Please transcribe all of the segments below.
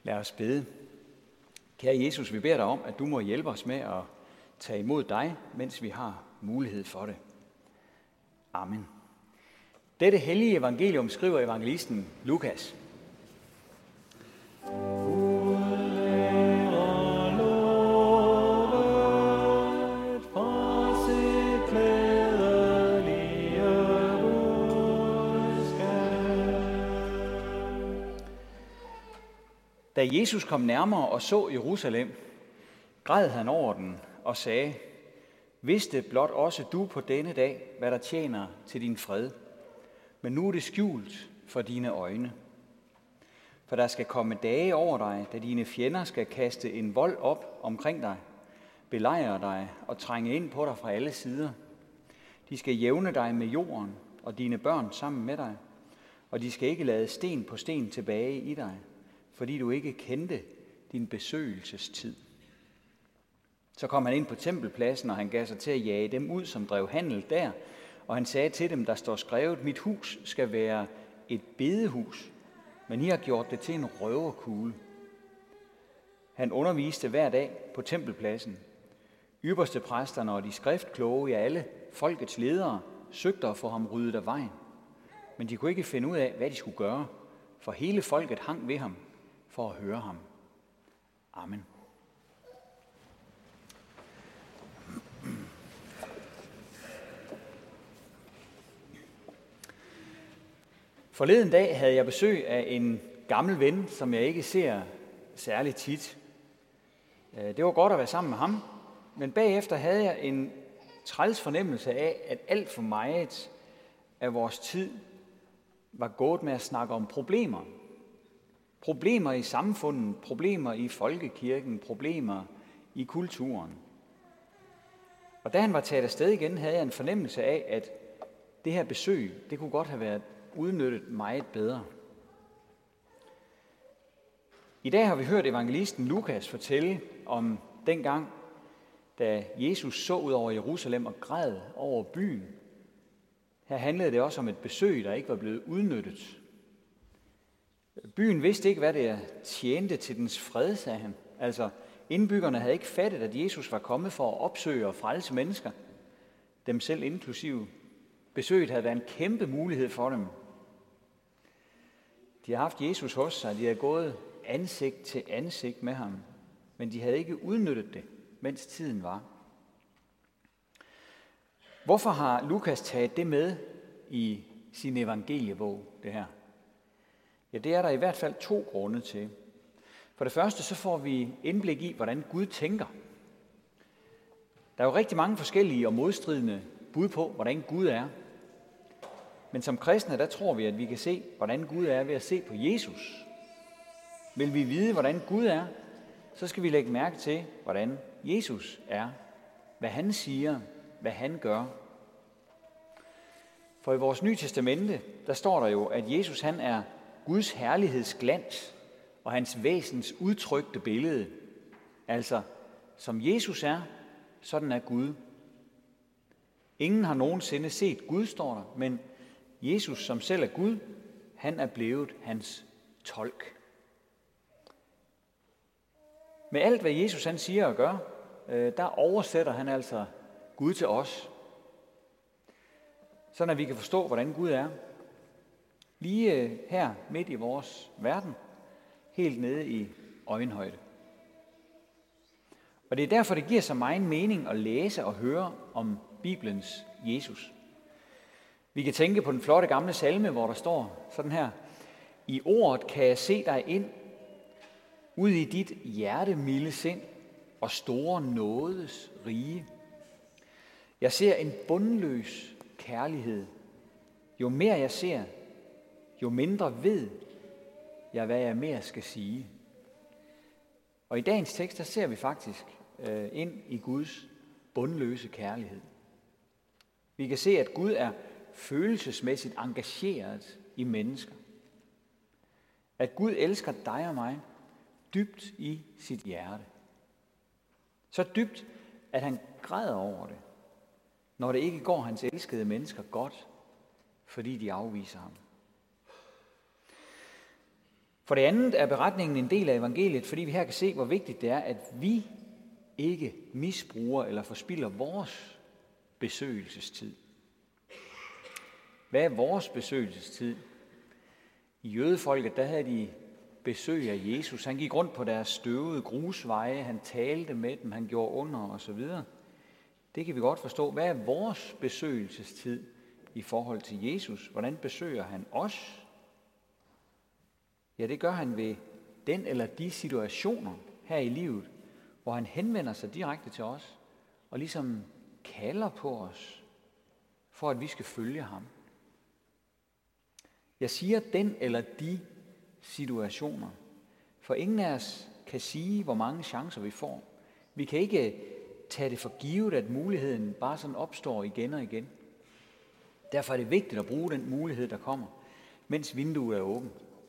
Lad os bede. Kære Jesus, vi beder dig om, at du må hjælpe os med at tage imod dig, mens vi har mulighed for det. Amen. Dette hellige evangelium skriver evangelisten Lukas. Da Jesus kom nærmere og så Jerusalem, græd han over den og sagde, vidste blot også du på denne dag, hvad der tjener til din fred. Men nu er det skjult for dine øjne. For der skal komme dage over dig, da dine fjender skal kaste en vold op omkring dig, belejre dig og trænge ind på dig fra alle sider. De skal jævne dig med jorden og dine børn sammen med dig, og de skal ikke lade sten på sten tilbage i dig, fordi du ikke kendte din besøgelsestid. Så kom han ind på tempelpladsen, og han gav sig til at jage dem ud, som drev handel der, og han sagde til dem, der står skrevet, mit hus skal være et bedehus, men I har gjort det til en røverkugle. Han underviste hver dag på tempelpladsen. Ypperstepræsterne og de skriftkloge, ja alle folkets ledere, søgte at få ham ryddet af vejen. Men de kunne ikke finde ud af, hvad de skulle gøre, for hele folket hang ved ham for at høre ham. Amen. Forleden dag havde jeg besøg af en gammel ven, som jeg ikke ser særlig tit. Det var godt at være sammen med ham, men bagefter havde jeg en træls fornemmelse af, at alt for meget af vores tid var gået med at snakke om problemer. Problemer i samfundet, problemer i folkekirken, problemer i kulturen. Og da han var taget afsted igen, havde jeg en fornemmelse af, at det her besøg, det kunne godt have været udnyttet meget bedre. I dag har vi hørt evangelisten Lukas fortælle om dengang, da Jesus så ud over Jerusalem og græd over byen. Her handlede det også om et besøg, der ikke var blevet udnyttet. Byen vidste ikke, hvad det tjente til dens fred, sagde han. Altså, indbyggerne havde ikke fattet, at Jesus var kommet for at opsøge og frelse mennesker, dem selv inklusive. Besøget havde været en kæmpe mulighed for dem. De havde haft Jesus hos sig, de havde gået ansigt til ansigt med ham, men de havde ikke udnyttet det, mens tiden var. Hvorfor har Lukas taget det med i sin evangeliebog, det her? Ja, det er der i hvert fald 2 grunde til. For det første, så får vi indblik i, hvordan Gud tænker. Der er jo rigtig mange forskellige og modstridende bud på, hvordan Gud er. Men som kristne, der tror vi, at vi kan se, hvordan Gud er ved at se på Jesus. Vil vi vide, hvordan Gud er, så skal vi lægge mærke til, hvordan Jesus er. Hvad han siger, hvad han gør. For i vores Nye Testamente, der står der jo, at Jesus han er Guds herlighedsglans og hans væsens udtrykte billede. Altså, som Jesus er, sådan er Gud. Ingen har nogensinde set Gud, står der, men Jesus, som selv er Gud, han er blevet hans tolk. Med alt, hvad Jesus han siger og gør, der oversætter han altså Gud til os. Sådan at vi kan forstå, hvordan Gud er. Lige her midt i vores verden, helt nede i øjenhøjde. Og det er derfor, det giver så meget mening at læse og høre om Bibelens Jesus. Vi kan tænke på den flotte gamle salme, hvor der står sådan her. I ordet kan jeg se dig ind, ud i dit hjertemilde sind og store nådes rige. Jeg ser en bundløs kærlighed. Jo mere jeg ser, jo mindre ved jeg, hvad jeg mere skal sige. Og i dagens tekst, der ser vi faktisk ind i Guds bundløse kærlighed. Vi kan se, at Gud er følelsesmæssigt engageret i mennesker. At Gud elsker dig og mig dybt i sit hjerte. Så dybt, at han græder over det, når det ikke går hans elskede mennesker godt, fordi de afviser ham. For det andet er beretningen en del af evangeliet, fordi vi her kan se, hvor vigtigt det er, at vi ikke misbruger eller forspilder vores besøgelsestid. Hvad er vores besøgelsestid? I jødefolket, der havde de besøg af Jesus. Han gik rundt på deres støvede grusveje, han talte med dem, han gjorde under osv. Det kan vi godt forstå. Hvad er vores besøgelsestid i forhold til Jesus? Hvordan besøger han os? Ja, det gør han ved den eller de situationer her i livet, hvor han henvender sig direkte til os og ligesom kalder på os, for at vi skal følge ham. Jeg siger den eller de situationer, for ingen af os kan sige, hvor mange chancer vi får. Vi kan ikke tage det for givet, at muligheden bare sådan opstår igen og igen. Derfor er det vigtigt at bruge den mulighed, der kommer, mens vinduet er åbent.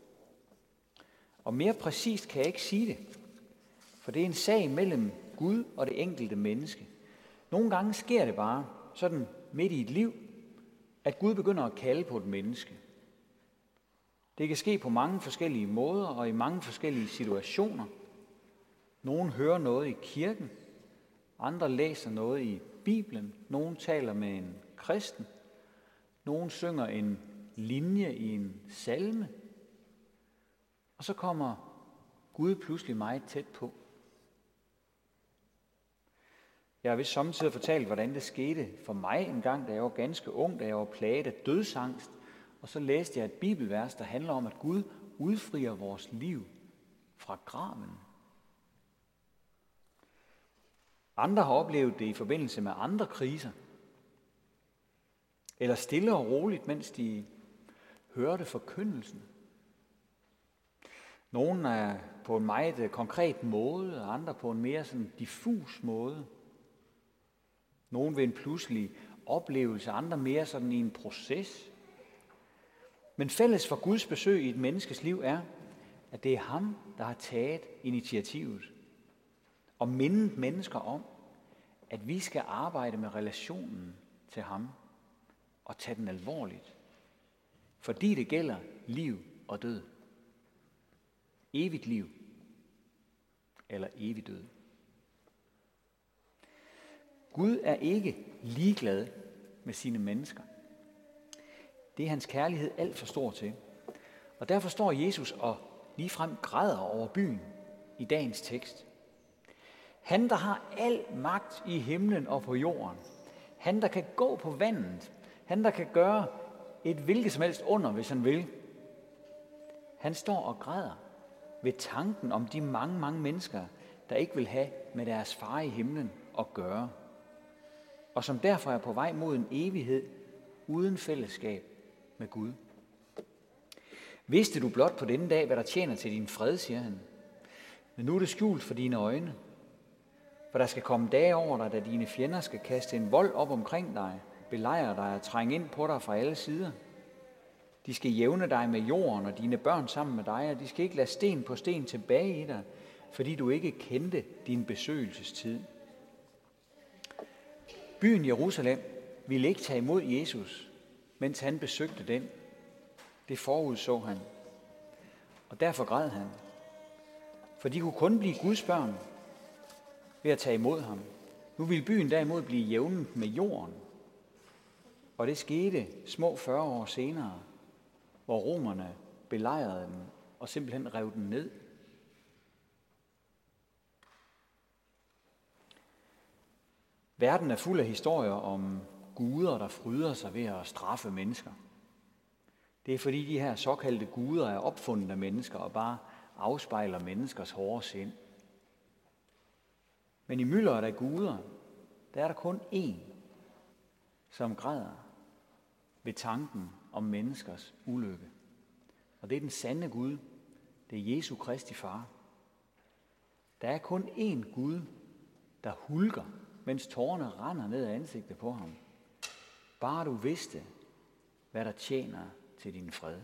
Og mere præcist kan jeg ikke sige det, for det er en sag mellem Gud og det enkelte menneske. Nogle gange sker det bare sådan midt i et liv, at Gud begynder at kalde på et menneske. Det kan ske på mange forskellige måder og i mange forskellige situationer. Nogle hører noget i kirken, andre læser noget i Bibelen, nogle taler med en kristen, nogle synger en linje i en salme, og så kommer Gud pludselig meget tæt på. Jeg har vist samtidig fortalt, hvordan det skete for mig en gang, da jeg var ganske ung, da jeg var plaget af dødsangst, og så læste jeg et bibelvers, der handler om, at Gud udfrier vores liv fra graven. Andre har oplevet det i forbindelse med andre kriser, eller stille og roligt, mens de hørte forkyndelsen. Nogle er på en meget konkret måde, og andre på en mere sådan diffus måde. Nogle ved en pludselig oplevelse, andre mere sådan i en proces. Men fælles for Guds besøg i et menneskes liv er, at det er ham, der har taget initiativet og mindet mennesker om, at vi skal arbejde med relationen til ham og tage den alvorligt. Fordi det gælder liv og død. Evigt liv eller evig død. Gud er ikke ligeglad med sine mennesker. Det er hans kærlighed alt for stor til. Og derfor står Jesus og ligefrem græder over byen i dagens tekst. Han, der har al magt i himlen og på jorden. Han, der kan gå på vandet. Han, der kan gøre et hvilket som helst under, hvis han vil. Han står og græder ved tanken om de mange, mange mennesker, der ikke vil have med deres far i himlen at gøre. Og som derfor er på vej mod en evighed uden fællesskab med Gud. Vidste du blot på denne dag, hvad der tjener til din fred, siger han. Men nu er det skjult for dine øjne. For der skal komme dage over dig, da dine fjender skal kaste en vold op omkring dig, belejre dig og trænge ind på dig fra alle sider. De skal jævne dig med jorden og dine børn sammen med dig, og de skal ikke lade sten på sten tilbage i dig, fordi du ikke kendte din besøgelsestid. Byen Jerusalem ville ikke tage imod Jesus, mens han besøgte den. Det forudså han. Og derfor græd han. For de kunne kun blive Guds børn ved at tage imod ham. Nu ville byen derimod blive jævnet med jorden. Og det skete små 40 år senere, hvor romerne belejrede dem og simpelthen rev den ned. Verden er fuld af historier om guder, der fryder sig ved at straffe mennesker. Det er fordi de her såkaldte guder er opfundet af mennesker og bare afspejler menneskers hårde sind. Men i mylderet af guder, der er der kun én, som græder ved tanken om menneskers ulykke. Og det er den sande Gud. Det er Jesu Kristi far. Der er kun én Gud, der hulker, mens tårerne render ned ad ansigtet på ham. Bare du vidste, hvad der tjener til din fred.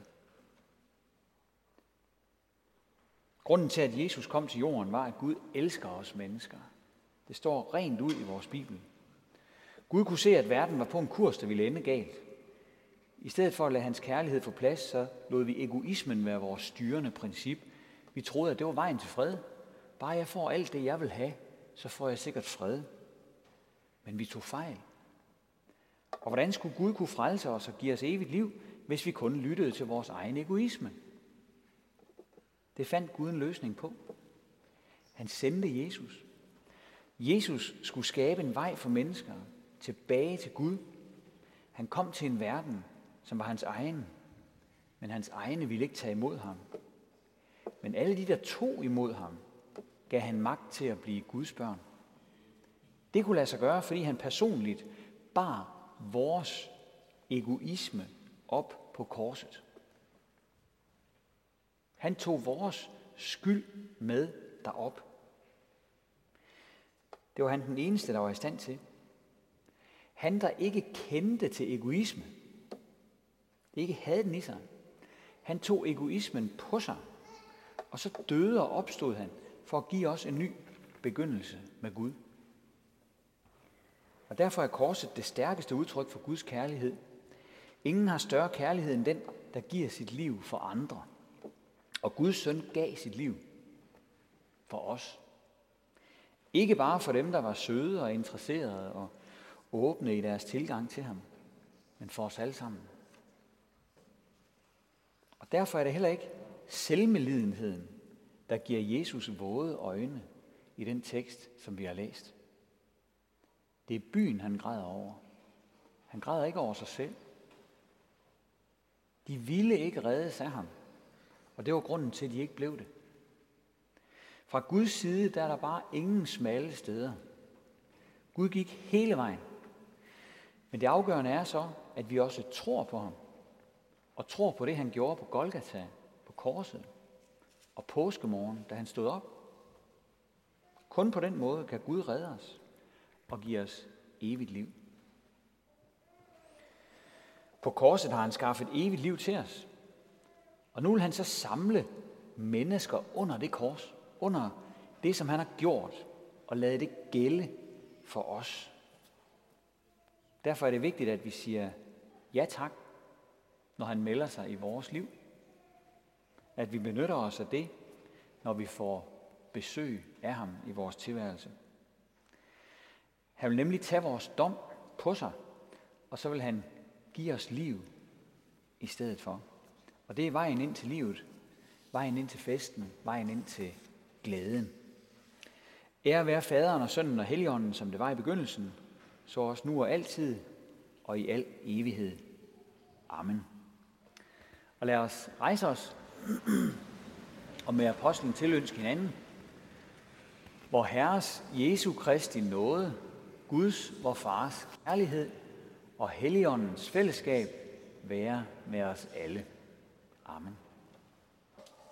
Grunden til, at Jesus kom til jorden, var, at Gud elsker os mennesker. Det står rent ud i vores Bibel. Gud kunne se, at verden var på en kurs, der ville ende galt. I stedet for at lade hans kærlighed få plads, så lod vi egoismen være vores styrende princip. Vi troede, at det var vejen til fred. Bare jeg får alt det, jeg vil have, så får jeg sikkert fred. Men vi tog fejl. Og hvordan skulle Gud kunne frelse os og give os evigt liv, hvis vi kun lyttede til vores egen egoisme? Det fandt Gud en løsning på. Han sendte Jesus. Jesus skulle skabe en vej for mennesker tilbage til Gud. Han kom til en verden, som var hans egen, men hans egne ville ikke tage imod ham. Men alle de, der tog imod ham, gav han magt til at blive Guds børn. Det kunne lade sig gøre, fordi han personligt bar vores egoisme op på korset. Han tog vores skyld med derop. Det var han den eneste, der var i stand til. Han, der ikke kendte til egoisme, ikke havde den i sig, han tog egoismen på sig, og så døde og opstod han for at give os en ny begyndelse med Gud. Og derfor er korset det stærkeste udtryk for Guds kærlighed. Ingen har større kærlighed end den, der giver sit liv for andre. Og Guds søn gav sit liv for os. Ikke bare for dem, der var søde og interesserede og åbne i deres tilgang til ham, men for os alle sammen. Og derfor er det heller ikke selvmedlidenheden, der giver Jesus våde øjne i den tekst, som vi har læst. Det er byen, han græder over. Han græder ikke over sig selv. De ville ikke reddes af ham, og det var grunden til, at de ikke blev det. Fra Guds side, der er der bare ingen smalle steder. Gud gik hele vejen. Men det afgørende er så, at vi også tror på ham, og tror på det, han gjorde på Golgata, på korset, og påskemorgen, da han stod op. Kun på den måde kan Gud redde os og give os evigt liv. På korset har han skaffet evigt liv til os. Og nu vil han så samle mennesker under det kors, under det, som han har gjort, og lade det gælde for os. Derfor er det vigtigt, at vi siger ja tak, når han melder sig i vores liv. At vi benytter os af det, når vi får besøg af ham i vores tilværelse. Han vil nemlig tage vores dom på sig, og så vil han give os liv i stedet for. Og det er vejen ind til livet, vejen ind til festen, vejen ind til glæden. Ære være Faderen og Sønnen og Helligånden, som det var i begyndelsen, så også nu og altid og i al evighed. Amen. Og lad os rejse os og med apostlen tilønske hinanden, hvor Herres Jesu Kristi nåde, Guds, vor Fars kærlighed og Helligåndens fællesskab være med os alle. Amen.